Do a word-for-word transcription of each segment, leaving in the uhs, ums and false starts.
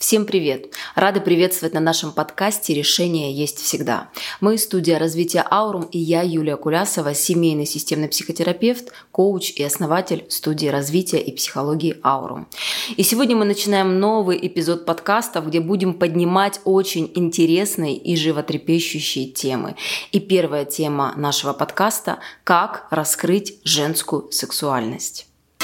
Всем привет! Рады приветствовать на нашем подкасте «Решение есть всегда». Мы студия развития Аурум и я, Юлия Кулясова, семейный системный психотерапевт, коуч и основатель студии развития и психологии Аурум. И сегодня мы начинаем новый эпизод подкастов, где будем поднимать очень интересные и животрепещущие темы. И первая тема нашего подкаста – как раскрыть женскую сексуальность.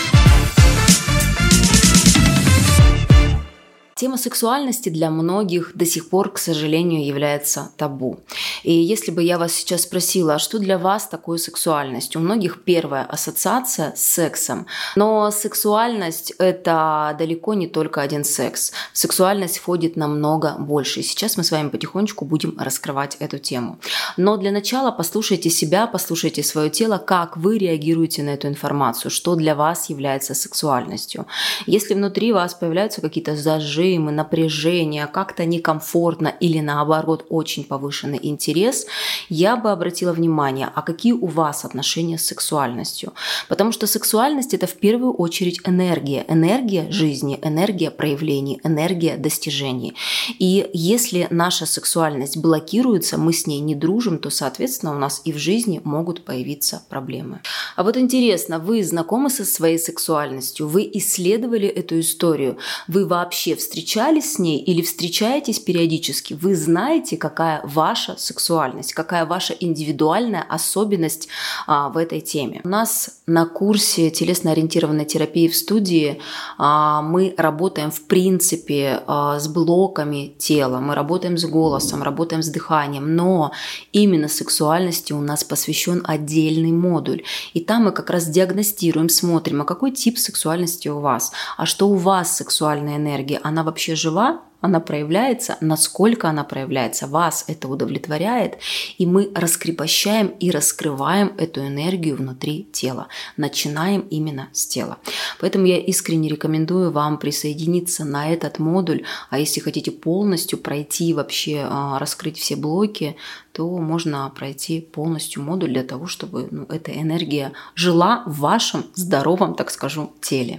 Тема сексуальности для многих до сих пор, к сожалению, является табу. И если бы я вас сейчас спросила, а что для вас такое сексуальность? У многих первая ассоциация с сексом. Но сексуальность – это далеко не только один секс. В сексуальность входит намного больше. И сейчас мы с вами потихонечку будем раскрывать эту тему. Но для начала послушайте себя, послушайте свое тело, как вы реагируете на эту информацию, что для вас является сексуальностью. Если внутри вас появляются какие-то зажимы, напряжение, как-то некомфортно или наоборот очень повышенный интерес, я бы обратила внимание, а какие у вас отношения с сексуальностью. Потому что сексуальность – это в первую очередь энергия. Энергия жизни, энергия проявлений, энергия достижений. И если наша сексуальность блокируется, мы с ней не дружим, то, соответственно, у нас и в жизни могут появиться проблемы. А вот интересно, вы знакомы со своей сексуальностью? Вы исследовали эту историю? Вы вообще встречались Встречались с ней или встречаетесь периодически, вы знаете, какая ваша сексуальность, какая ваша индивидуальная особенность а, в этой теме. У нас на курсе телесно-ориентированной терапии в студии а, мы работаем в принципе а, с блоками тела, мы работаем с голосом, работаем с дыханием, но именно сексуальности у нас посвящен отдельный модуль. И там мы как раз диагностируем, смотрим, а какой тип сексуальности у вас, а что у вас сексуальная энергия, она вообще жива, она проявляется, насколько она проявляется, вас это удовлетворяет, и мы раскрепощаем и раскрываем эту энергию внутри тела. Начинаем именно с тела. Поэтому я искренне рекомендую вам присоединиться на этот модуль, а если хотите полностью пройти, вообще раскрыть все блоки, то можно пройти полностью модуль для того, чтобы ну, эта энергия жила в вашем здоровом, так скажу, теле.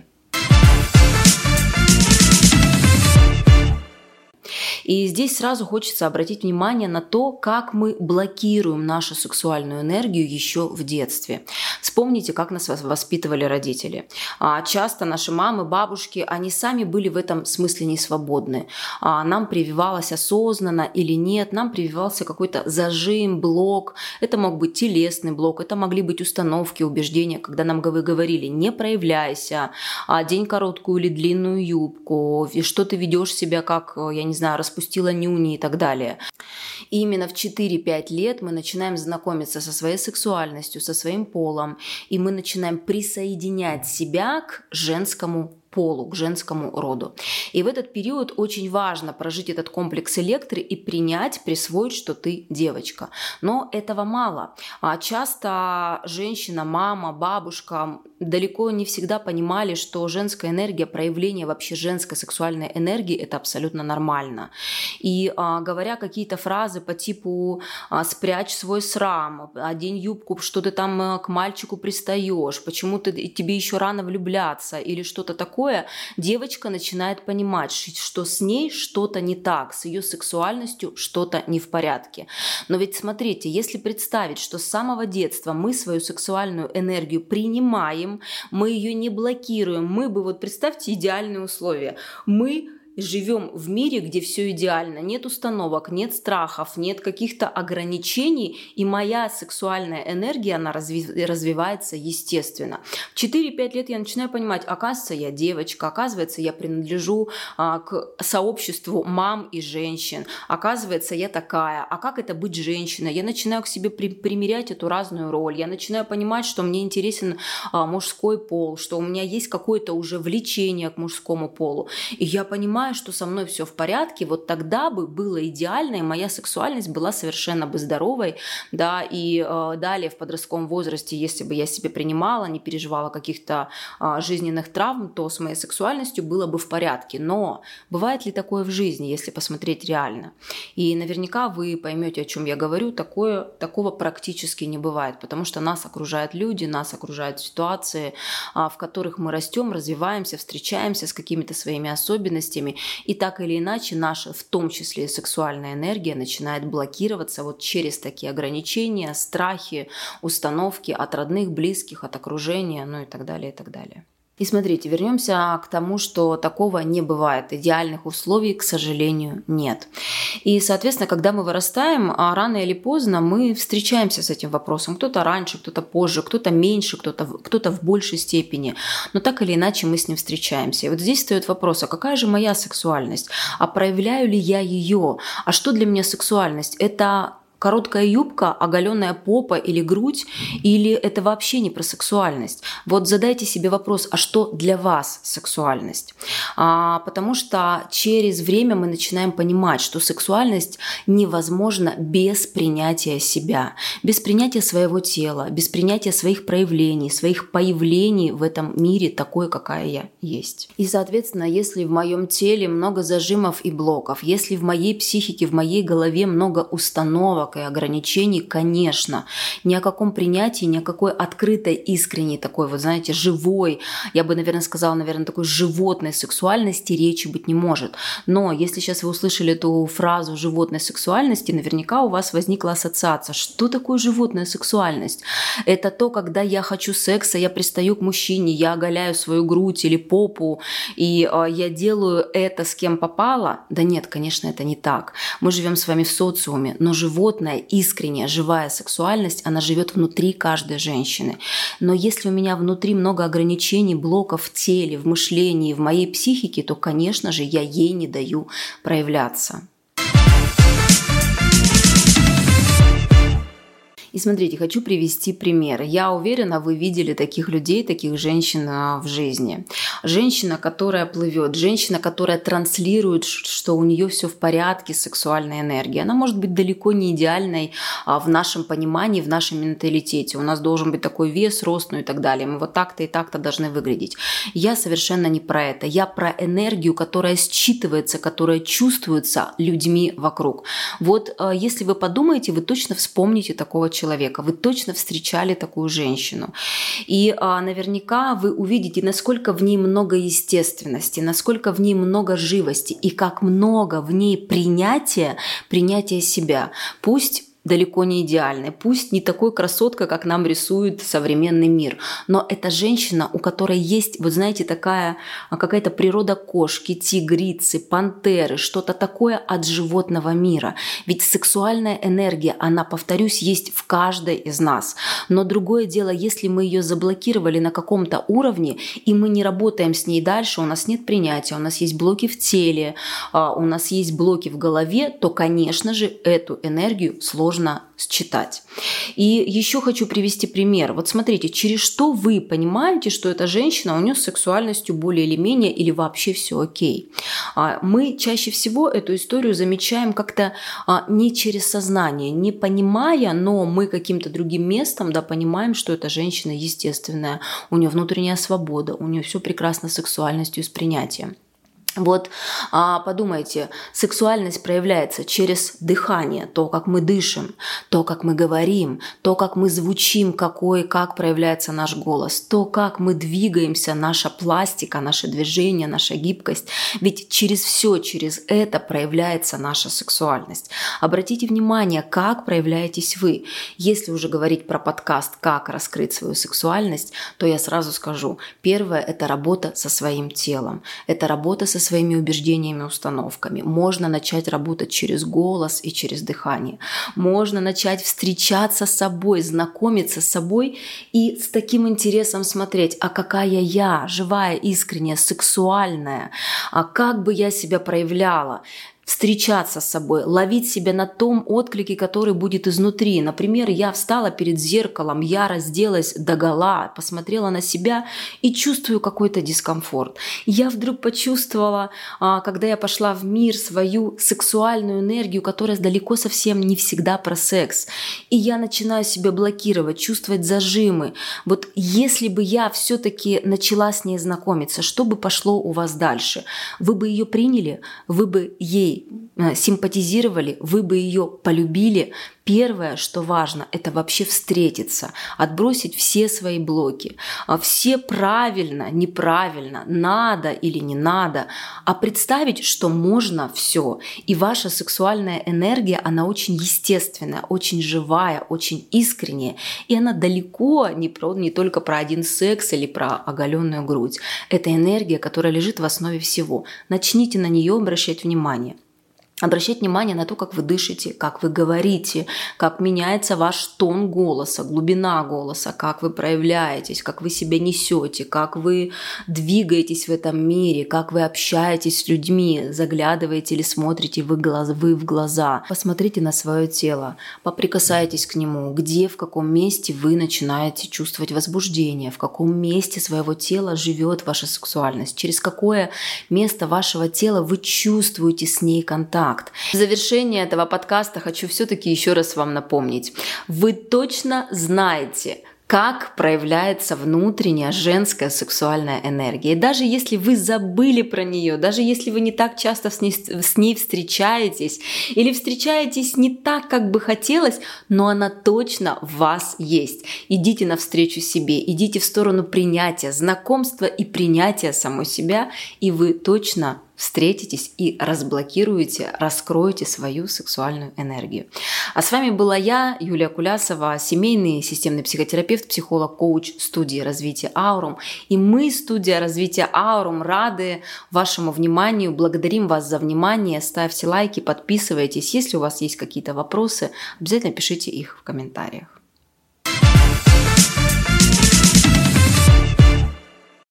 И здесь сразу хочется обратить внимание на то, как мы блокируем нашу сексуальную энергию еще в детстве. Вспомните, как нас воспитывали родители. Часто наши мамы, бабушки, они сами были в этом смысле не свободны. Нам прививалось осознанно или нет, нам прививался какой-то зажим, блок. Это мог быть телесный блок, это могли быть установки, убеждения, когда нам говорили: не проявляйся, одень короткую или длинную юбку, что ты ведешь себя как, я не знаю, распустила нюни и так далее. И именно в четыре-пять лет мы начинаем знакомиться со своей сексуальностью, со своим полом, и мы начинаем присоединять себя к женскому полу, к женскому роду. И в этот период очень важно прожить этот комплекс электро и принять, присвоить, что ты девочка. Но этого мало. А часто женщина, мама, бабушка далеко не всегда понимали, что женская энергия, проявление вообще женской сексуальной энергии – это абсолютно нормально. И а, говоря какие-то фразы по типу а, «спрячь свой срам», «одень юбку, что ты там к мальчику пристаешь», «почему ты, тебе еще рано влюбляться» или что-то такое, девочка начинает понимать, что с ней что-то не так, с ее сексуальностью что-то не в порядке. Но ведь смотрите, если представить, что с самого детства мы свою сексуальную энергию принимаем, мы ее не блокируем, мы бы, вот представьте идеальные условия, мы живем в мире, где все идеально, нет установок, нет страхов, нет каких-то ограничений, и моя сексуальная энергия, она разви- развивается естественно. В четыре-пять лет я начинаю понимать, оказывается, я девочка, оказывается, я принадлежу а, к сообществу мам и женщин, оказывается, я такая, а как это быть женщиной? Я начинаю к себе при- примерять эту разную роль, я начинаю понимать, что мне интересен а, мужской пол, что у меня есть какое-то уже влечение к мужскому полу, и я понимаю, что со мной все в порядке, вот тогда бы было идеально, и моя сексуальность была совершенно бы здоровой, да, и э, далее в подростковом возрасте, если бы я себя принимала, не переживала каких-то э, жизненных травм, то с моей сексуальностью было бы в порядке. Но бывает ли такое в жизни, если посмотреть реально? И наверняка вы поймете, о чем я говорю, такое, такого практически не бывает, потому что нас окружают люди, нас окружают ситуации, э, в которых мы растем, развиваемся, встречаемся с какими-то своими особенностями, и так или иначе наша, в том числе и сексуальная энергия, начинает блокироваться вот через такие ограничения, страхи, установки от родных, близких, от окружения, ну и так далее, и так далее. И смотрите, вернемся к тому, что такого не бывает. Идеальных условий, к сожалению, нет. И, соответственно, когда мы вырастаем, рано или поздно мы встречаемся с этим вопросом. Кто-то раньше, кто-то позже, кто-то меньше, кто-то, кто-то в большей степени. Но так или иначе мы с ним встречаемся. И вот здесь встает вопрос, а какая же моя сексуальность? А проявляю ли я ее? А что для меня сексуальность? Это короткая юбка, оголенная попа или грудь, или это вообще не про сексуальность? Вот задайте себе вопрос, а что для вас сексуальность? А, потому что через время мы начинаем понимать, что сексуальность невозможна без принятия себя, без принятия своего тела, без принятия своих проявлений, своих появлений в этом мире такой, какая я есть. И, соответственно, если в моем теле много зажимов и блоков, если в моей психике, в моей голове много установок и ограничений, конечно, ни о каком принятии, ни о какой открытой, искренней такой, вот знаете, живой, я бы, наверное, сказала, наверное, такой животной сексуальности речи быть не может. Но если сейчас вы услышали эту фразу «животной сексуальности», наверняка у вас возникла ассоциация. Что такое животная сексуальность? Это то, когда я хочу секса, я пристаю к мужчине, я оголяю свою грудь или попу, и э, я делаю это с кем попало? Да нет, конечно, это не так. Мы живем с вами в социуме, но животное, искренняя, живая сексуальность, она живет внутри каждой женщины. Но если у меня внутри много ограничений, блоков в теле, в мышлении, в моей психике, то, конечно же, я ей не даю проявляться. И смотрите, хочу привести пример. Я уверена, вы видели таких людей, таких женщин в жизни. Женщина, которая плывет, женщина, которая транслирует, что у нее все в порядке с сексуальной энергией. Она может быть далеко не идеальной в нашем понимании, в нашем менталитете. У нас должен быть такой вес, рост, ну и так далее. Мы вот так-то и так-то должны выглядеть. Я совершенно не про это. Я про энергию, которая считывается, которая чувствуется людьми вокруг. Вот если вы подумаете, вы точно вспомните такого человека. человека. Вы точно встречали такую женщину. И а, наверняка вы увидите, насколько в ней много естественности, насколько в ней много живости и как много в ней принятия, принятия себя. Пусть далеко не идеальной, пусть не такой красоткой, как нам рисует современный мир, но это женщина, у которой есть, вот знаете, такая какая-то природа кошки, тигрицы, пантеры, что-то такое от животного мира. Ведь сексуальная энергия, она, повторюсь, есть в каждой из нас. Но другое дело, если мы ее заблокировали на каком-то уровне, и мы не работаем с ней дальше, у нас нет принятия, у нас есть блоки в теле, у нас есть блоки в голове, то, конечно же, эту энергию сложно считать. И еще хочу привести пример. Вот смотрите, через что вы понимаете, что эта женщина, у нее с сексуальностью более или менее или вообще все окей. Мы чаще всего эту историю замечаем как-то не через сознание, не понимая, но мы каким-то другим местом, да, понимаем, что эта женщина естественная, у нее внутренняя свобода, у нее все прекрасно с сексуальностью и с принятием. Вот а, подумайте, сексуальность проявляется через дыхание, то, как мы дышим, то, как мы говорим, то, как мы звучим, какой, как проявляется наш голос, то, как мы двигаемся, наша пластика, наше движение, наша гибкость. Ведь через все, через это проявляется наша сексуальность. Обратите внимание, как проявляетесь вы. Если уже говорить про подкаст «Как раскрыть свою сексуальность», то я сразу скажу, первое – это работа со своим телом, это работа со своими убеждениями, установками. Можно начать работать через голос и через дыхание. Можно начать встречаться с собой, знакомиться с собой и с таким интересом смотреть, а какая я, живая, искренняя, сексуальная, а как бы я себя проявляла. Встречаться с собой, ловить себя на том отклике, который будет изнутри. Например, я встала перед зеркалом, я разделась догола, посмотрела на себя и чувствую какой-то дискомфорт. Я вдруг почувствовала, когда я пошла в мир, свою сексуальную энергию, которая далеко совсем не всегда про секс. И я начинаю себя блокировать, чувствовать зажимы. Вот если бы я все-таки начала с ней знакомиться, что бы пошло у вас дальше? Вы бы ее приняли, вы бы ей ей симпатизировали, вы бы ее полюбили, первое, что важно, это вообще встретиться, отбросить все свои блоки, все правильно, неправильно, надо или не надо, а представить, что можно все. И ваша сексуальная энергия, она очень естественная, очень живая, очень искренняя, и она далеко не, про, не только про один секс или про оголенную грудь. Это энергия, которая лежит в основе всего. Начните на нее обращать внимание. Обращать внимание на то, как вы дышите, как вы говорите, как меняется ваш тон голоса, глубина голоса, как вы проявляетесь, как вы себя несете, как вы двигаетесь в этом мире, как вы общаетесь с людьми, заглядываете или смотрите вы, глаз, вы в глаза. Посмотрите на свое тело, поприкасайтесь к нему, где, в каком месте вы начинаете чувствовать возбуждение, в каком месте своего тела живет ваша сексуальность, через какое место вашего тела вы чувствуете с ней контакт. В завершение этого подкаста хочу все-таки еще раз вам напомнить. Вы точно знаете, как проявляется внутренняя женская сексуальная энергия. И даже если вы забыли про нее, даже если вы не так часто с ней, с ней встречаетесь, или встречаетесь не так, как бы хотелось, но она точно в вас есть. Идите навстречу себе, идите в сторону принятия, знакомства и принятия самой себя, и вы точно встретитесь и разблокируете, раскроете свою сексуальную энергию. А с вами была я, Юлия Кулясова, семейный системный психотерапевт, психолог, коуч студии развития Аурум. И мы, студия развития Аурум, рады вашему вниманию, благодарим вас за внимание, ставьте лайки, подписывайтесь. Если у вас есть какие-то вопросы, обязательно пишите их в комментариях.